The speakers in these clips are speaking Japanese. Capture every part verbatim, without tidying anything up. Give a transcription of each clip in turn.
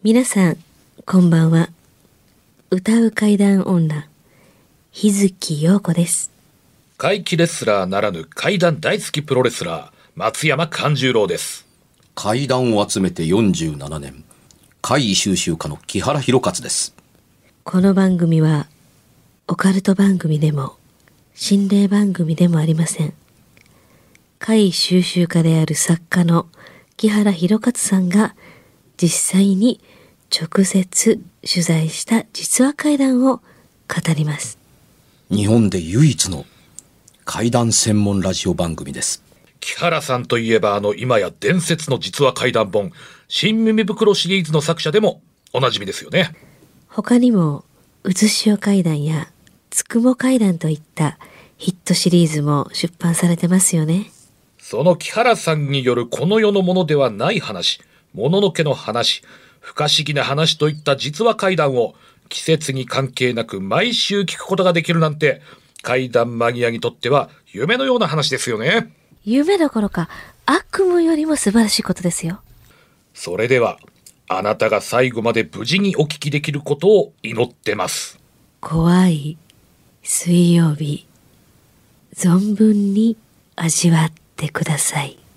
皆さんこんばんは。歌う怪談女日月陽子です。 怪奇レスラーならぬ怪談大好きプロレスラー松山勘十郎です。 怪談を集めてよんじゅうななねん、怪異収集家の木原博勝です。 この番組はオカルト番組でも心霊番組でもありません。怪異収集家である作家の木原博勝さんが実際に直接取材した実話怪談を語ります。 日本で唯一の怪談専門ラジオ番組です。 木原さんといえばあの今や伝説の実話怪談本新耳袋シリーズの作者でもおなじみですよね。 他にもうずしお怪談やつくも怪談といったヒットシリーズも出版されてますよね。 その木原さんによるこの世のものではない話、もののけの話、不可思議な話といった実話怪談を季節に関係なく毎週聞くことができるなんて怪談マニアにとっては夢のような話ですよね。 夢どころか悪夢よりも素晴らしいことですよ。 それではあなたが最後まで無事にお聞きできることを祈ってます。 怖い水曜日、存分に味わってください。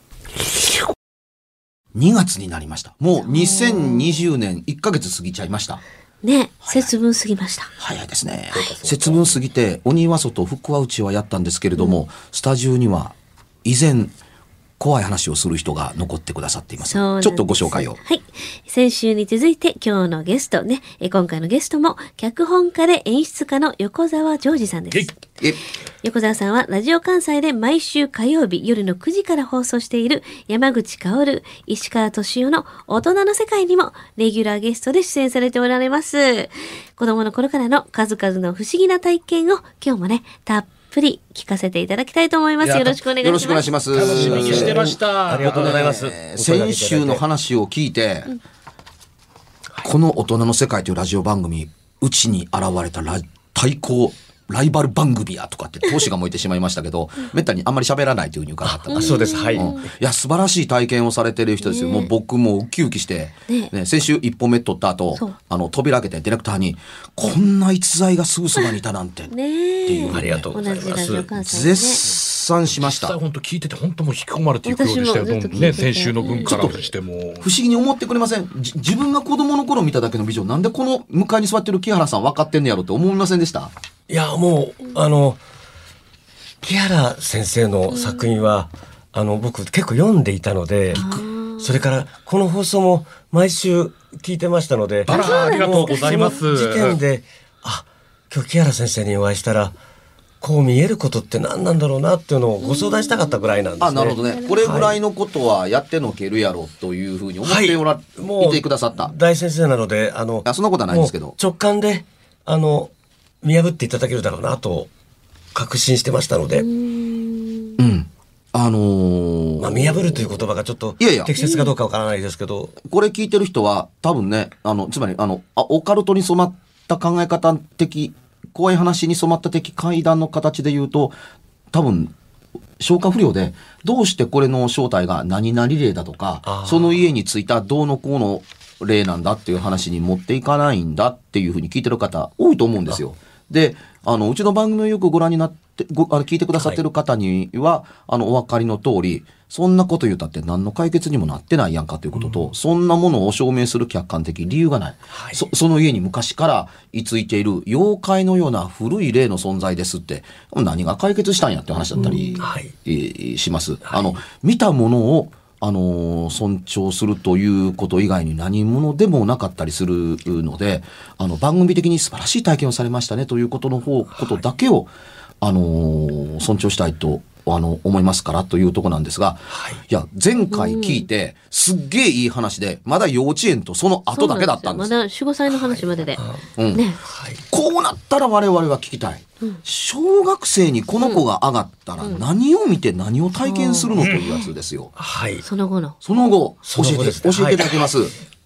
にがつになりました。もうにせんにじゅうねんいっかげつ過ぎちゃいました。 ね、節分過ぎました。 早いですね。節分過ぎて鬼は外福は内はやったんですけれども、うん、スタジオには以前怖い話をする人が残ってくださっています。ちょっとご紹介を。 はい。先週に続いて今日のゲストね、え今回のゲストも脚本家で演出家の横澤ジョージさんです。横澤さんはラジオ関西で毎週火曜日夜のくじから放送している山口薫、石川敏夫の大人の世界にもレギュラーゲストで出演されておられます。子供の頃からの数々の不思議な体験を今日もね、たっぷりたっぷり聞かせていただきたいと思います。よろしくお願いします。 よろしくお願いします。 楽しみにしてました。 ありがとうございます。 えー、先週の話を聞いて、うん、この大人の世界というラジオ番組、うちに現れたラ対抗ライバル番組やとかって闘志が燃えてしまいましたけど、めったにあんまり喋らないというふうに伺ったあ、そうです。はい、 うん。いや素晴らしい体験をされている人ですよ。ね、もう僕もウキウキして、ねね、先週一本目取った後、あの扉開けてディレクターにこんな逸材がすぐそばにいたなんてっていう、 ね、ありがとうございます。 ね、 絶賛しました。 実際本当聞いてて本当もう引き込まれていくようでしたよ。ね、先週の分からしても不思議に思ってくれません？自分が子供の頃見ただけのビジョン、なんでこの向かいに座ってる木原さん分かってんねやろって思いませんでした？ いやもうあの木原先生の作品は、うん、あの僕結構読んでいたので、それからこの放送も毎週聞いてましたので、 あら、ありがとうございます。 その時点であ今日木原先生にお会いしたらこう見えることって何なんだろうなっていうのをご相談したかったぐらいなんですね。 あ、なるほどね。これぐらいのことはやってのけるやろというふうに思っておら、はい、もういてくださった。 大先生なのであのあそんなことはないんですけど、 直感であの見破っていただけるだろうなと確信してましたので、うーん、あのー、 まあ見破るという言葉がちょっと適切かどうかわからないですけど、 これ聞いてる人は多分ね、あのつまりあのあオカルトに染まった考え方的、怖い話に染まった的怪談の形で言うと、多分消化不良でどうしてこれの正体が何々霊だとか、その家についたどうのこうの霊なんだっていう話に持っていかないんだっていうふうに聞いてる方多いと思うんですよ。で、あのうちの番組をよくご覧になってごあの聞いてくださってる方には、はい、あのお分かりの通り、そんなこと言うたって何の解決にもなってないやんかということと、うん、そんなものを証明する客観的理由がない、はい、そ, その家に昔から居ついている妖怪のような古い霊の存在ですって、何が解決したんやって話だったり、うんはいえー、します、はい、あの見たものをあの尊重するということ以外に何者でもなかったりするので、あの番組的に素晴らしい体験をされましたねということの方、ことだけを、あの尊重したいとあの思いますからというところなんですが、はい、いや前回聞いてすっげえいい話で、まだ幼稚園とその後だけだったんです。 まだよん、ごさいの話までで、 はいうんねはい、こうなったら我々は聞きたい、うん、小学生にこの子が上がったら何を見て何を体験するのというやつですよ、うんはい、 その後のその後教えて、ね、教えていただきます、はい、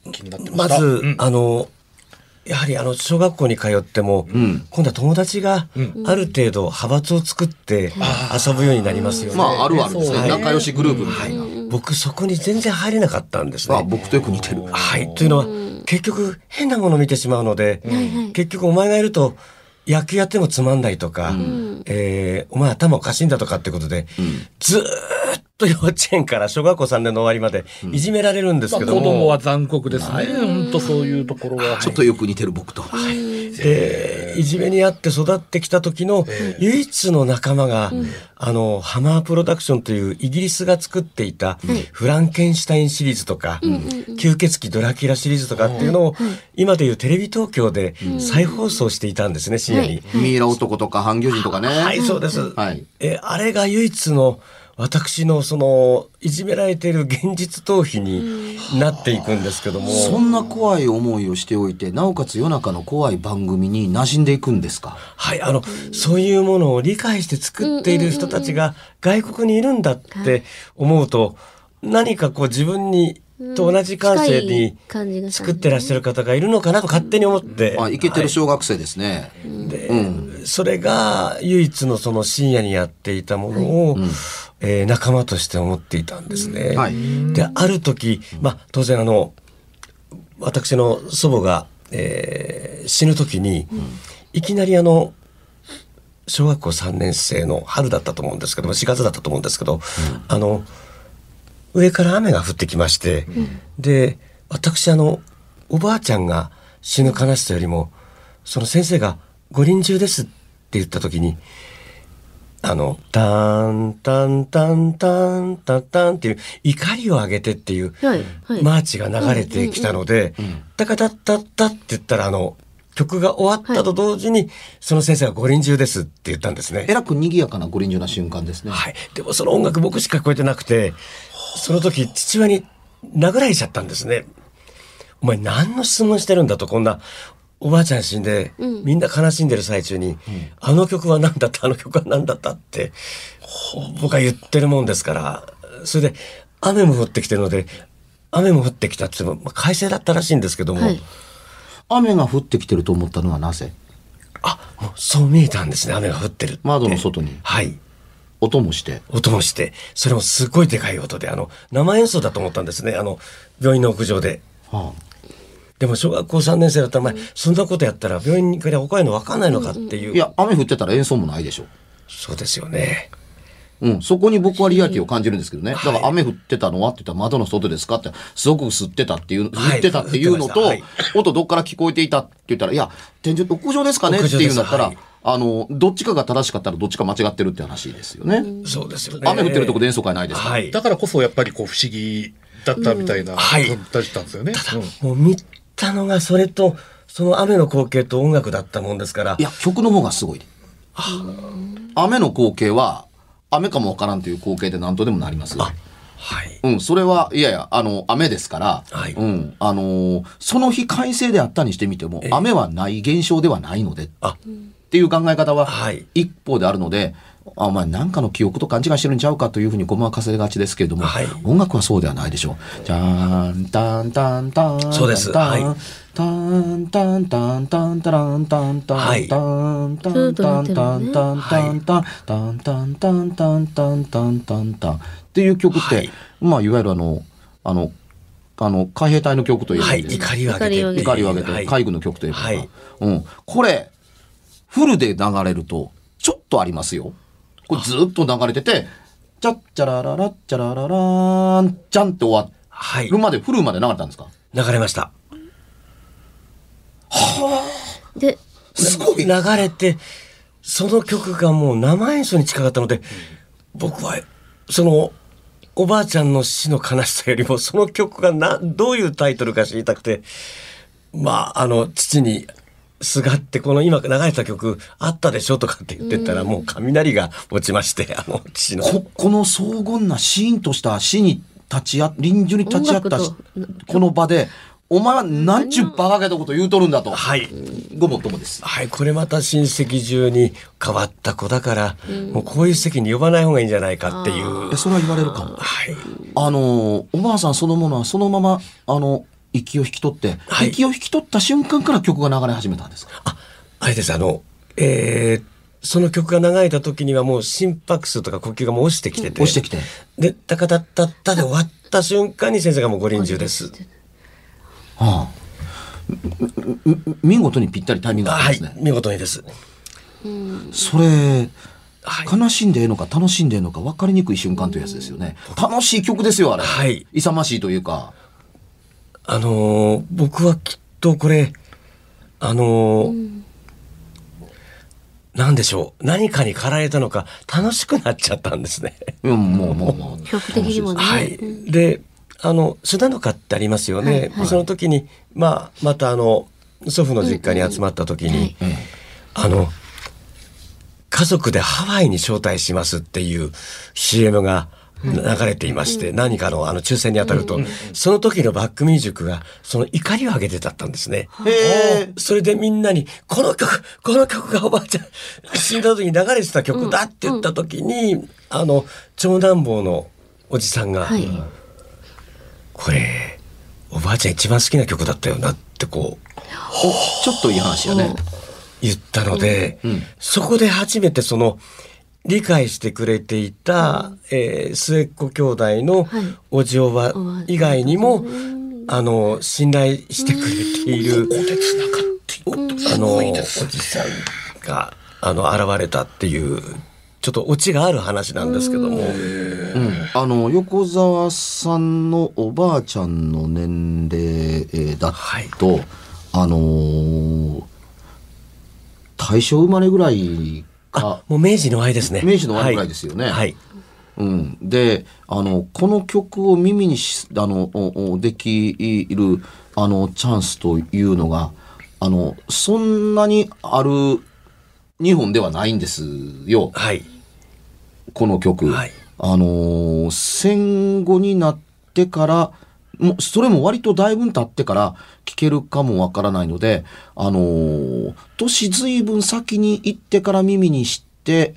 気になってました。 まず、うん、あのやはりあの小学校に通っても、うん、今度は友達がある程度派閥を作って遊ぶようになりますよね。 まああるあるですね、はい、仲良しグループみたいな、 はい、 僕そこに全然入れなかったんですね。 あ、僕とよく似てる。 はい。というのは、結局変なものを見てしまうので、結局お前がいると野球やってもつまんないとか、うん、えー、お前頭おかしいんだとかってことで、うん、ずーっと幼稚園から小学校さんねんの終わりまでいじめられるんですけども、 うんまあ、子供は残酷ですね。本当そういうところは。 ちょっとよく似てる僕と。 はい。で、いじめにあって育ってきた時の唯一の仲間が、あの、ハマープロダクションというイギリスが作っていたフランケンシュタインシリーズとか、吸血鬼ドラキュラシリーズとかっていうのを、今でいうテレビ東京で再放送していたんですね、深夜に。 ミイラ男とか半魚人とかね。 はい、そうです。はい。え、あれが唯一の、私のそのいじめられている現実逃避になっていくんですけども、 そんな怖い思いをしておいて、なおかつ夜中の怖い番組に馴染んでいくんですか？ はい、あのそういうものを理解して作っている人たちが外国にいるんだって思うと、何かこう自分にと同じ感性に作ってらっしゃる方がいるのかなと勝手に思って、 あ、イケてる小学生ですね。 はい、で、うん、それが唯一のその深夜にやっていたものを、うんえー、仲間として思っていたんですね。はい、である時、まあ、当然あの私の祖母が、えー、死ぬ時に、うん、いきなりあの小学校さんねん生の春だったと思うんですけどしがつだったと思うんですけど、うん、あの上から雨が降ってきまして、うん、で私あのおばあちゃんが死ぬ悲しさよりもその先生がご臨終ですって言った時にあのタンタンタンタンタンタンっていう怒りを上げてっていうマーチが流れてきたのでタカタッタッタって言ったらあの曲が終わったと同時に、はい、その先生がご臨終ですって言ったんですね。 えらく賑やかなご臨終な瞬間ですね。 はい。でもその音楽僕しか聞こえてなくて、その時父親に殴られちゃったんですね。お前何の質問してるんだと、こんなおばあちゃん死んで、うん、みんな悲しんでる最中に、うん、あの曲は何だったあの曲は何だったって僕は言ってるもんですから、それで雨も降ってきてるので雨も降ってきたって言っても、まあ、快晴だったらしいんですけども、はい、 雨が降ってきてると思ったのはなぜ？ あ、もうそう見えたんですね。雨が降ってるって窓の外に。 はい。 音もして音もしてそれもすごいでかい音であの生演奏だと思ったんですね。あの病院の屋上で、はあ、でも小学校さんねん生だったら、うん、そんなことやったら病院から他への分かんないのかっていう、 いや雨降ってたら演奏もないでしょ。 そうですよね。 うん、そこに僕はリアリティを感じるんですけどね。だから雨降ってたのはって言ったら窓の外ですかってすごく吸ってたっていう、吸ってたっていうのと、はい、音どっから聞こえていたって言ったら、いや天井屋上ですかねっていうんだったら、はい、あのどっちかが正しかったらどっちか間違ってるって話ですよね。 うん、そうですよね。 雨降ってるとこで演奏会ないですか、 はい、だからこそやっぱりこう不思議だったみたいな、うん、はい、だったんですよね。 ただ、うん、もう見たのがそれとその雨の光景と音楽だったもんですから。 いや曲の方がすごい。雨の光景は雨かもわからんという光景で何とでもなります。あ、はい。うん、それはいやいやあの雨ですから、はい、うん、あのー、その日快晴であったにしてみても、えー、雨はない現象ではないのでっていう考え方は一方であるので、あ、お前何かの記憶と勘違いしてるんちゃうかというふうにごまかせがちですけれども、はい、音楽はそうではないでしょう。じゃーんタンタンタン、 そうです。はい。 タンタンタンタンタランタンタンタンタンタンタンタンタンタンタンタンタンタンタンタンタンタンっていう曲って、まあいわゆるあのあのあの海兵隊の曲というか、 はい、怒りを上げて怒りを上げて海軍の曲というか、うん、これフルで流れるとちょっとありますよ。これずっと流れてて、チャッチャラララッチャラララーンチャンって終わるまで、フルまで流れたんですか？ 流れました。 はあ。で、すごい。 流れて、その曲がもう生演奏に近かったので、僕は、その、おばあちゃんの死の悲しさよりも、その曲がな、どういうタイトルか知りたくて、まあ、あの、父に、すがってこの今流れた曲あったでしょとかって言ってたらもう雷が落ちまして、あの父のこ, この荘厳なシーンとした死に立ち会臨終に立ち会ったこの場でお前はなんちゅうバカげたこと言うとるんだと、 はい、 ごもっともです。 はい、これまた親戚中に変わった子だから、うん、もうこういう席に呼ばない方がいいんじゃないかっていう。 それは言われるかも。はい、あのおばあさんそのものはそのままあの息を引き取って、息を引き取った瞬間から曲が流れ始めたんですか？ あ、あれです、あの、えー、 その曲が流れた時にはもう心拍数とか呼吸がもう落ちてきてて、 落ちてきて、 でタカタッタッタで終わった瞬間に先生がもうご臨終です。 はあ、見事にぴったりタイミングがあるんですね。 はい、見事にです。 それ、はい、悲しんでええのか楽しんでええのか分かりにくい瞬間というやつですよね。楽しい曲ですよあれ、はい、勇ましいというか、 あのー、僕はきっとこれあのーうん、なんでしょう、何かに駆られたのか楽しくなっちゃったんですね。 うん、もうもうもう曲的にもね、 はい、であの須田の花ってありますよね、はいはい、その時に、まあ、またあの祖父の実家に集まった時に、うんうんはい、あの家族でハワイに招待しますっていう シーエム が流れていまして、はい、何かのあの抽選に当たると、うん、その時のバックミュージックがその怒りを上げてだったんですね。へー。それでみんなにこの曲この曲がおばあちゃん死んだ時に流れてた曲だって言った時に、うんうん、あの長男坊のおじさんが、はい、これおばあちゃん一番好きな曲だったよなってこうちょっといい話やね言ったので、うんうん、そこで初めてその理解してくれていた、うんえー、末っ子兄弟のおじおば以外にも、はい、あの信頼してくれている、 ここでつながっていくことすごいですね。あのおじさんがあの現れたっていうちょっとオチがある話なんですけども、うん、 あの横澤さんのおばあちゃんの年齢だと、はい、あのー、大正生まれぐらいか、 もう明治の終わりですね。 明治の終わりぐらいですよね。 はいはいうん、であのこの曲を耳にしあのできるあのチャンスというのがあのそんなにある日本ではないんですよ。 はいこの曲、はい、あのー、戦後になってからもそれも割とだいぶ経ってから聴けるかもわからないので、あのー、年ずいぶん先に行ってから耳にして、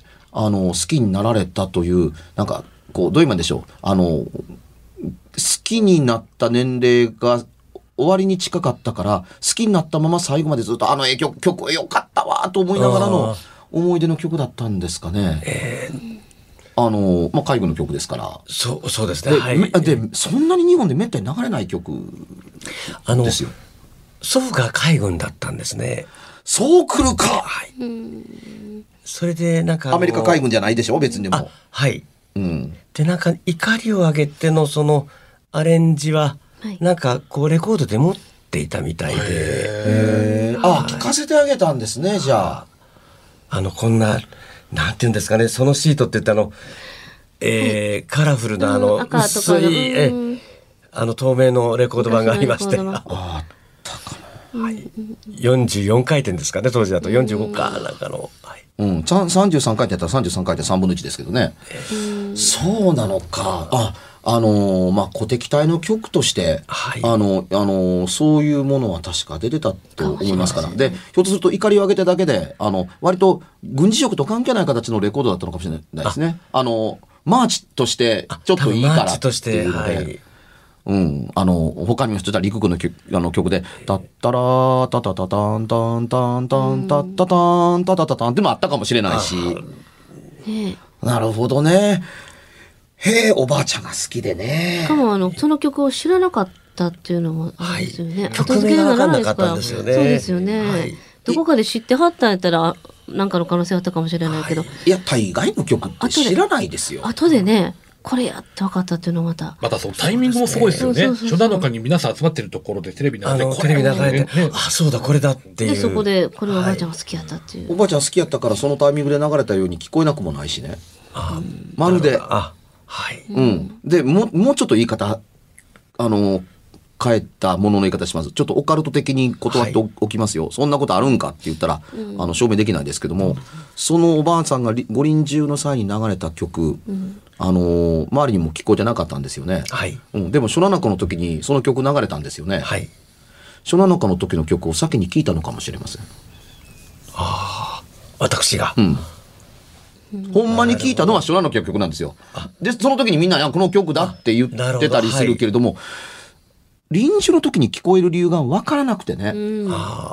あのー、好きになられたというなんかこうどういう意味でしょう、あのー、好きになった年齢が終わりに近かったから好きになったまま最後までずっとあの曲曲良かったわと思いながらの思い出の曲だったんですかね。えーあのまあ、海軍の曲ですから。 そう、そうですね。 で、 はい、 でそんなに日本でめったに流れない曲ですよ。 祖父が海軍だったんですね。 そう来るか。 はい。それでなんかアメリカ海軍じゃないでしょ別にも。 はい。うん。でなんか怒りを上げてのそのアレンジは、はい、なんかこうレコードで持っていたみたいで。 へー。あ、聞かせてあげたんですねじゃあ。 あのこんな。なんていうんですかね、そのシートって言ったの、えー、カラフルなあの、うん、薄い、え、あの透明のレコード盤がありまして、あったかな、はい、よんじゅうよんかいてんですかね、当時だとよんじゅうごかなんかの、はい、 うん、さんじゅうさんかいてんやったらさんじゅうさんかいてんさんぶんのいちですけどね、えー、そうなのか。ああのー、まあ、鼓笛隊の曲として、はい、あの、あのー、そういうものは確か出てたと思いますから。で、ひょっとすると怒りを上げただけで、あの、割と軍事色と関係ない形のレコードだったのかもしれないですね。あ, あの、マーチとして、ちょっといいからっていうので、はい、うん、あの、他にもしてた陸軍の曲、あの曲で、タッタラータタタタンタンタンタンタッタタンタタタタンってもあったかもしれないし。なるほどね。へえ、おばあちゃんが好きでね。 しかもあのその曲を知らなかったっていうのもあるんですよね。はい、 曲名が分かんなかったんですよね。 そうですよね。はい、どこかで知ってはったんやったらなんかの可能性あったかもしれないけど。はい、 いや大概の曲って知らないですよ。 後でね。これやって分かったっていうのまたまたそうタイミングもすごいですよね。初七日に皆さん集まってるところでテレビ流れてテレビ流れて、ね、あそうだこれだっていうでそこでこれおばあちゃんが好きやったっていう、 はい、おばあちゃん好きやったからそのタイミングで流れたように聞こえなくもないしね。あまるであはい、うん、でももうちょっと言い方あの変えたものの言い方します。ちょっとオカルト的に断っておきますよ、はい、そんなことあるんかって言ったら、うん、あの証明できないですけども、うん、そのおばあさんがご臨終の際に流れた曲、うん、あの周りにも聞こえてなかったんですよね、はいうん、でも初七日の時にその曲流れたんですよね、はい、初七日の時の曲を先に聞いたのかもしれません。 ああ私が、 うんほんまに聞いたのは初七の曲なんですよ。でその時にみんなこの曲だって言ってたりするけれども、はい、臨終の時に聞こえる理由が分からなくてね、うん、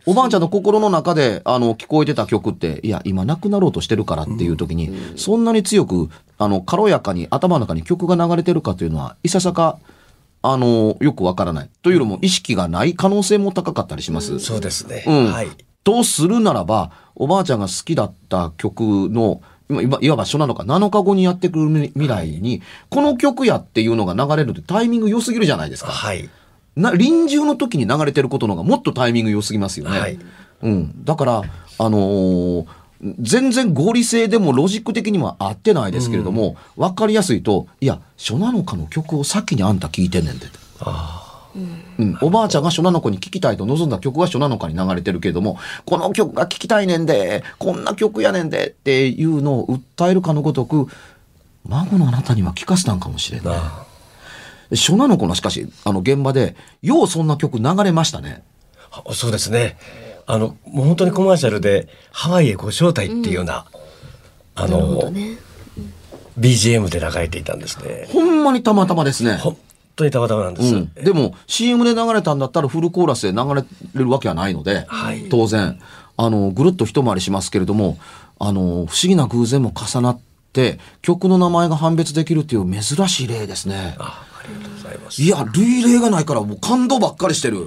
おばあちゃんの心の中であの聞こえてた曲って、いや今なくなろうとしてるからっていう時に、うん、そんなに強くあの軽やかに頭の中に曲が流れてるかというのはいささかあのよくわからないというよりも意識がない可能性も高かったりします。 うん、そうですね、 うん、 はい。 とするならばおばあちゃんが好きだった曲の今いわば初なのかなのかごにやってくる未来に、はい、この曲やっていうのが流れるってタイミング良すぎるじゃないですか。 はい。 な臨終の時に流れてることの方がもっとタイミング良すぎますよね。はい。うん。だからあのー、全然合理性でもロジック的には合ってないですけれども、うん、分かりやすいと、いや初なのかの曲を先にあんた聞いてんねんで。あうん、おばあちゃんが初なの子に聴きたいと望んだ曲が初なのかに流れてるけれども、この曲が聴きたいねんで、こんな曲やねんでっていうのを訴えるかのごとく、孫のあなたには聴かせたんかもしれない。初なの子のしかしあの現場でようそんな曲流れましたね。 そうですね。あのもう本当にコマーシャルでハワイへご招待っていうような、うん、あの、ね、ビージーエム で流れていたんですね。 ほんまにたまたまですね。 本当にたまたまなんです、 うん、でも シーエム で流れたんだったらフルコーラスで流れるわけはないので、はい、当然あのぐるっと一回りしますけれども、あの不思議な偶然も重なって曲の名前が判別できるっていう珍しい例ですね。あありがとうございます。 いや類例がないからもう感動ばっかりしてる、うん、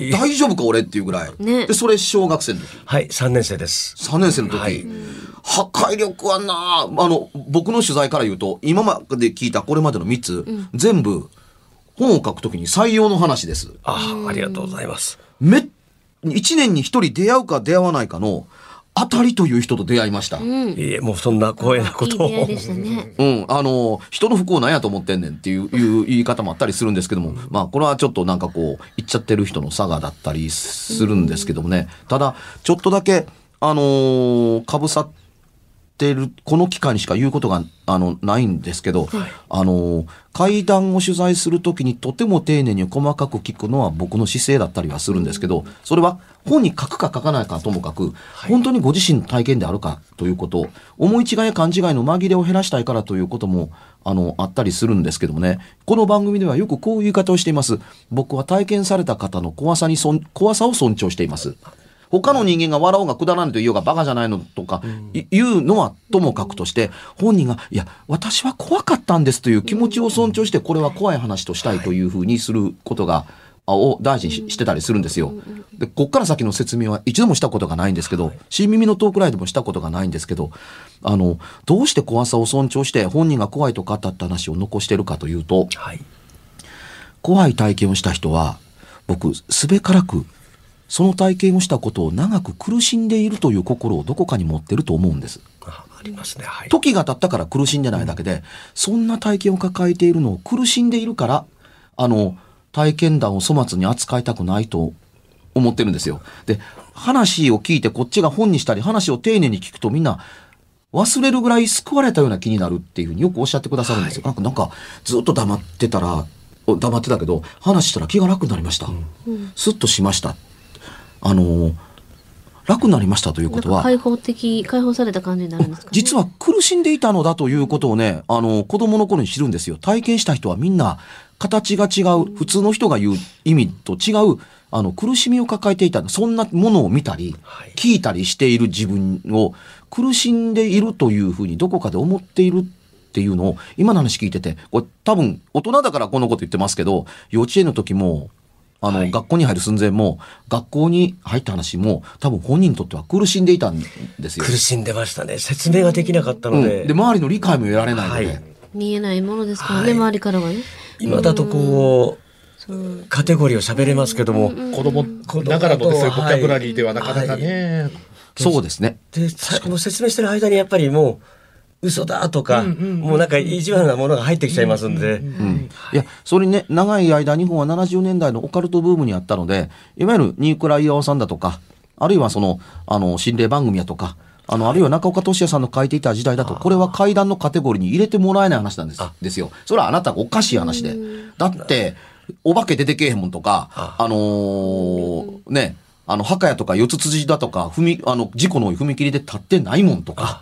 大丈夫か俺っていうぐらい、ね、でそれ小学生の時。 はいさんねん生です。 さんねん生の時、はい、破壊力はなあの僕の取材から言うと今まで聞いたこれまでのみっつ、うん、全部本を書くときに採用の話です。 ああ、ありがとうございます。 めいちねんにひとり出会うか出会わないかの当たりという人と出会いました。 うん、いえもうそんな光栄なことを。いい出会いでしたね。 うん、あの人の不幸なんやと思ってんねんっていう、いう言い方もあったりするんですけども、うん、まあこれはちょっとなんかこう言っちゃってる人の差がだったりするんですけどもね。うん、ただちょっとだけあのー、かぶさってるこの機会にしか言うことがあのないんですけど、はい、あの怪談を取材するときにとても丁寧に細かく聞くのは僕の姿勢だったりはするんですけど、それは本に書くか書かないかともかく、はい、本当にご自身の体験であるかということ、思い違いや勘違いの紛れを減らしたいからということもあのあったりするんですけどもね。この番組ではよくこういう言い方をしています。僕は体験された方の怖さにそん怖さを尊重しています。他の人間が笑おうがくだらないと言おうがバカじゃないのとか言うのはともかくとして、本人がいや私は怖かったんですという気持ちを尊重して、これは怖い話としたいというふうにすることがを大事にしてたりするんですよ。でこっから先の説明は一度もしたことがないんですけど、新耳のトークライブもしたことがないんですけど、あのどうして怖さを尊重して本人が怖いと語った話を残してるかというと、はい、怖い体験をした人は僕すべからくその体験をしたことを長く苦しんでいるという心をどこかに持ってると思うんです。 あ、ありますね。はい。 時が経ったから苦しんでないだけで、うん、そんな体験を抱えているのを苦しんでいるから、あの体験談を粗末に扱いたくないと思ってるんですよ。で、話を聞いてこっちが本にしたり話を丁寧に聞くとみんな忘れるぐらい救われたような気になるっていうふうによくおっしゃってくださるんですよ。はい、なんか、なんかずっと黙ってたら黙ってたけど話したら気が楽になりました。うん、スッとしました。あの楽になりましたということは開放的解放された感じになるんですかね。 実は苦しんでいたのだということをね、あの子供の頃に知るんですよ。体験した人はみんな形が違う、普通の人が言う意味と違うあの苦しみを抱えていた、そんなものを見たり、はい、聞いたりしている自分を苦しんでいるというふうにどこかで思っているっていうのを今の話聞いてて、これ多分大人だからこのこと言ってますけど、幼稚園の時もあの、はい、学校に入る寸前も学校に入った話も多分本人にとっては苦しんでいたんですよ。 苦しんでましたね。説明ができなかったので、 うん、で周りの理解も得られないので、はい、 見えないものですからね、はい、周りからはね。 今だとこうカテゴリーを喋れますけども、うん、 子供ながらのそういうボキャブラリーではなかなかね、はい、 そうですね。 でこの説明してる間にやっぱりもう嘘だとか、うんうんうん、もうなんか意地悪なものが入ってきちゃいますんで、うんうんうん、 いやそれにね、長い間日本はななじゅうねんだいのオカルトブームにあったので、いわゆる新倉岩尾さんだとか、あるいはそのあの心霊番組やとか、あのあるいは中岡俊也さんの書いていた時代だと、これは怪談のカテゴリーに入れてもらえない話なんですですよ。それはあなたがおかしい話で、だってお化け出てけえへんもんとか、あのー、ねあの墓屋とか四つ辻だとか踏みあの事故の踏切で立ってないもんとか。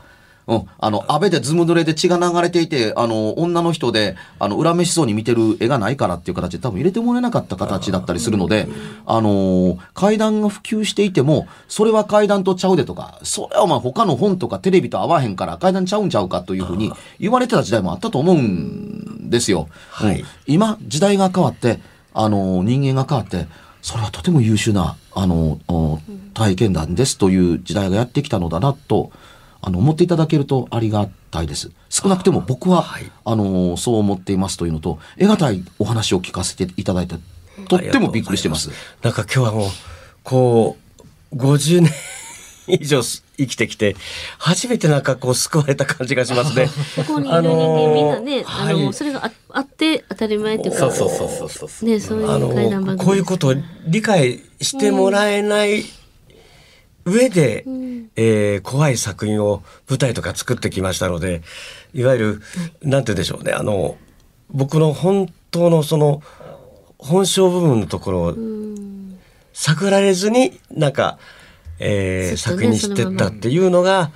うん、あの、安倍でずむ濡れで血が流れていて、あの、女の人で、あの、恨めしそうに見てる絵がないからっていう形で多分入れてもらえなかった形だったりするので、あの、怪談が普及していても、それは怪談とちゃうでとか、それはお前他の本とかテレビと合わへんから怪談ちゃうんちゃうかというふうに言われてた時代もあったと思うんですよ。はい、うん、今、時代が変わって、あの、人間が変わって、それはとても優秀な、あの、体験談ですという時代がやってきたのだなと、あの思っていただけるとありがたいです。少なくても僕は あ,、はい、あのそう思っていますというのと、得難いお話を聞かせていただいてとってもびっくりしてます。 なんか今日はもうこうごじゅうねん以上生きてきて初めてなんかこう救われた感じがしますね。 ここにいる人間みんなね、あの、はい、それが あ, あって当たり前っていうか、 そうそうそうそうそうね、そういう怪談番組、 こういうことを理解してもらえない、うん上で、うんえー、怖い作品を舞台とか作ってきましたので、いわゆる、うん、なんて言うんでしょうね、あの僕の本当のその本性部分のところを探られずになんか、えーね、作品にしてったっていうのが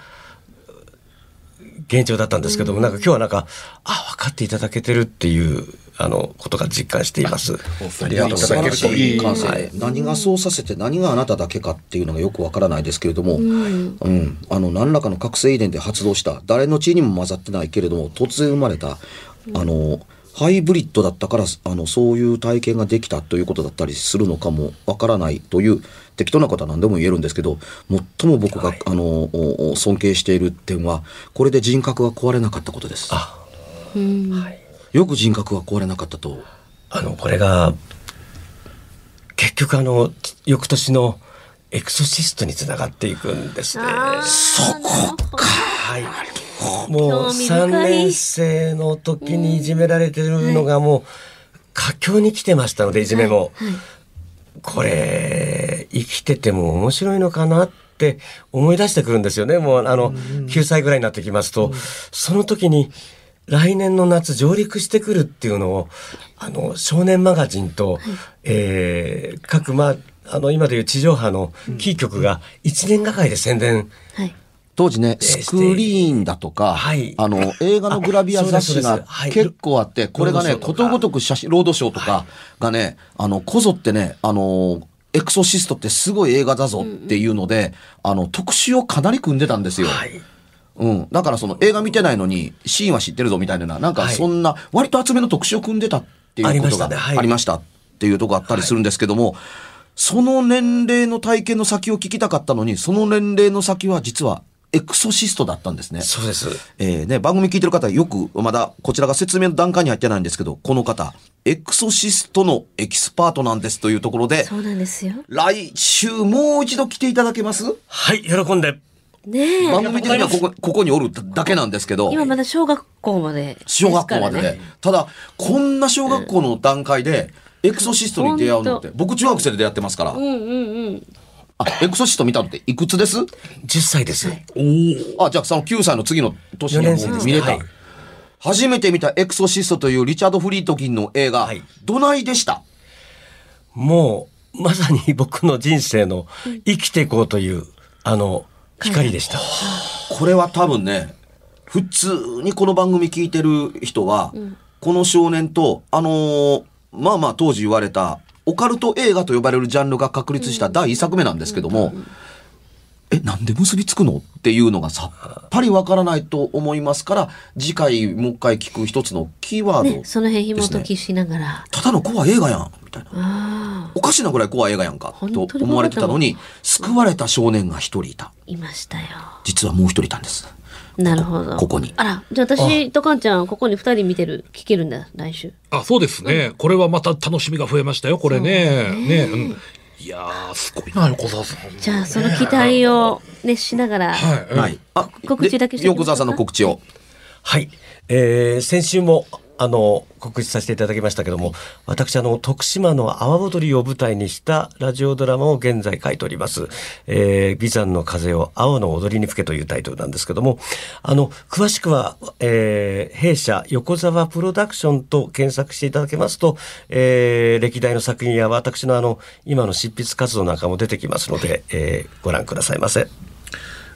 現状だったんですけども、うん、なんか今日はなんかあ分かっていただけてるっていうあのことが実感しています。 ありがとうございます。いい感性、はい、何がそうさせて何があなただけかっていうのがよくわからないですけれども、うんうん、あの何らかの覚醒遺伝で発動した誰の血にも混ざってないけれども突然生まれた、うん、あのハイブリッドだったからあのそういう体験ができたということだったりするのかもわからないという適当なことは何でも言えるんですけど、最も僕が、はい、あの尊敬している点はこれで人格が壊れなかったことです。あ、うん、はいよく人格は壊れなかったと。 あのこれが結局あの翌年のエクソシストにつながっていくんですね。 そこか。はい。 もうさんねん生の時にいじめられてるのがもう佳境に来てましたので、いじめも、はいはい、これ生きてても面白いのかなって思い出してくるんですよね。もうあのきゅうさいぐらいになってきますと、その時に来年の夏上陸してくるっていうのをあの少年マガジンと、はいえー、各、まあ、あの今でいう地上波のキー局がいちねんがかりで宣伝、はい、 当時ねスクリーンだとか、はい、あの映画のグラビア雑誌が結構あって、これがねことごとく写真ロードショーとかがね、はい、あのこぞってねあのエクソシストってすごい映画だぞっていうので、うんうん、あの特集をかなり組んでたんですよ。はいうん、だからその映画見てないのにシーンは知ってるぞみたいな、なんかそんな割と厚めの特集を組んでたっていうことがありましたっていうところがあったりするんですけども、その年齢の体験の先を聞きたかったのに、その年齢の先は実はエクソシストだったんですね。 そうです。 えーね、番組聞いてる方よくまだこちらが説明の段階に入ってないんですけど、この方エクソシストのエキスパートなんですというところで、 そうなんですよ。 来週もう一度来ていただけます？ はい、喜んで。 ねえ、 番組的にはここ、ここにおるだけなんですけど、 今まだ小学校まで、ね、 小学校までで、ただこんな小学校の段階でエクソシストに出会うのって、僕中学生で出会ってますから、うんうんうん、あエクソシスト見たのっていくつです？ じゅっさいです。 おあじゃあそのきゅうさいの次の年に見れた、はい、初めて見たエクソシストというリチャード・フリートキンの映画、はい、どないでした？ もうまさに僕の人生の生きていこうというあの光でした。 これは多分ね普通にこの番組聞いてる人は、うん、この少年とあのー、まあまあ当時言われたオカルト映画と呼ばれるジャンルが確立しただいいっさくめなんですけども、うんうん、えなんで結びつくのっていうのがさっぱりわからないと思いますから、次回もう一回聞く一つのキーワードですね。 ねその辺紐解きしながら、 ただの怖い映画やんみたいな、おかしなぐらい怖い映画やんかと思われてたのに、救われた少年が一人いた。 いましたよ。 実はもう一人いたんです。 なるほど。 ここに。 あら、じゃあ私とかんちゃんここに二人見てる聞けるんだ来週。 あ、そうですね、うん。これはまた楽しみが増えましたよこれね。ね、うん、いやーすごいな横澤さん。 じゃあその期待をねしながら、 はい、はい、あ告知だけして横澤さんの告知を。 はい、えー、先週もあの告知させていただきましたけども、私あの徳島の阿波踊りを舞台にしたラジオドラマを現在書いております。えー、眉山の風を青の踊りに吹けというタイトルなんですけども、あの詳しくは、えー、弊社横澤プロダクションと検索していただけますと、えー、歴代の作品や私のあの今の執筆活動なんかも出てきますので、えー、ご覧くださいませ。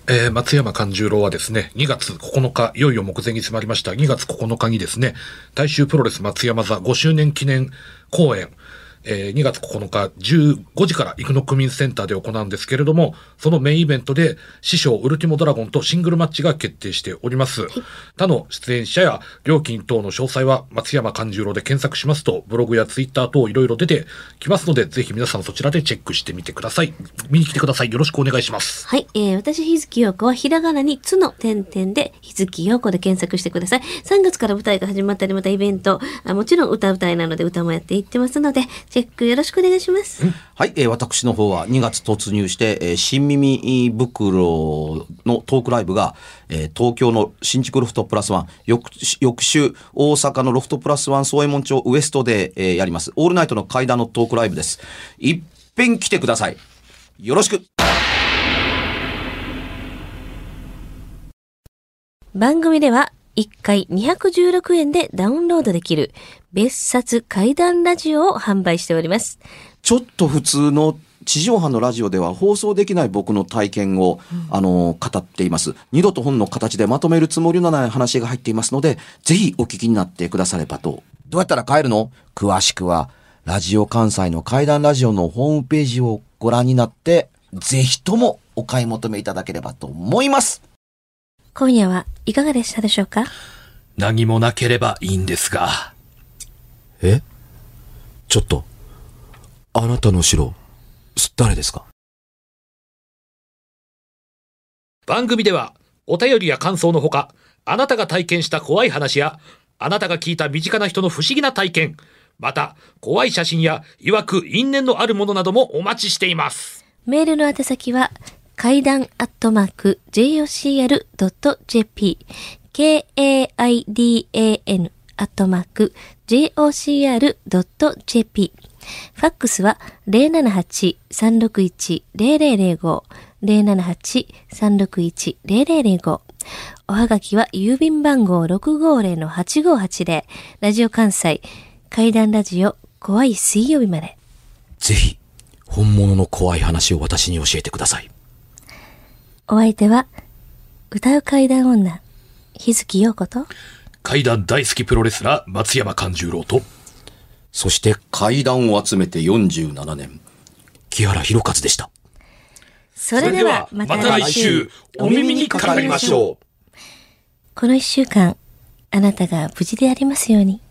えー、松山勘十郎はですね、にがつここのか、いよいよ目前に迫りましたにがつここのかにですね、大衆プロレス松山座ごしゅうねん記念公演、えー、にがつここのかじゅうごじから生野区民センターで行うんですけれども、そのメインイベントで師匠ウルティモドラゴンとシングルマッチが決定しております。はい、他の出演者や料金等の詳細は松山勘十郎で検索しますと、ブログやツイッター等いろいろ出てきますので、ぜひ皆さんそちらでチェックしてみてください。見に来てください。よろしくお願いします。 はい、えー、私日月陽子はひらがなにつの点々で日月陽子で検索してください。さんがつから舞台が始まったり、またイベント、あもちろん歌うたいなので歌もやっていってますので、チェックよろしくお願いします。 はい、えー、私の方はにがつ突入して、えー、新耳袋のトークライブが、えー、東京の新宿ロフトプラスワン、翌、翌週大阪のロフトプラスワン宗右衛門町ウエストで、えー、やりますオールナイトの階段のトークライブです。いっぺん来てください。よろしく。 番組ではいっかいにひゃくじゅうろくえんでダウンロードできる別冊怪談ラジオを販売しております。 ちょっと普通の地上波のラジオでは放送できない僕の体験を、うん、あの語っています。二度と本の形でまとめるつもりのない話が入っていますので、ぜひお聞きになってくださればと。どうやったら帰るの？詳しくはラジオ関西の怪談ラジオのホームページをご覧になって、ぜひともお買い求めいただければと思います。 今夜はいかがでしたでしょうか？ 何もなければいいんですが。 え？ちょっと、あなたの城、誰ですか？ 番組ではお便りや感想のほか、あなたが体験した怖い話や、あなたが聞いた身近な人の不思議な体験、また怖い写真や曰く因縁のあるものなどもお待ちしています。 メールの宛先は怪談アットマーク ジェイオーシーアールドットジェーピー ケーエーアイディーエーエヌ アットマーク ジェイオーシーアールドットジェーピー。ファックスは ゼロななはち さんろくいち ゼロゼロゼロご ゼロななはち さんろくいち ゼロゼロゼロご。おはがきは郵便番号 ろくごーぜろのはちごーはちゼロ、ラジオ関西怪談ラジオ怖い水曜日まで。 ぜひ本物の怖い話を私に教えてください。 お相手は歌う怪談女日月陽子と怪談大好きプロレスラー松山勘十郎と、 そして怪談を集めてよんじゅうななねん、木原博一でした。 それではまた来週お耳にかかりましょう。 この一週間あなたが無事でありますように。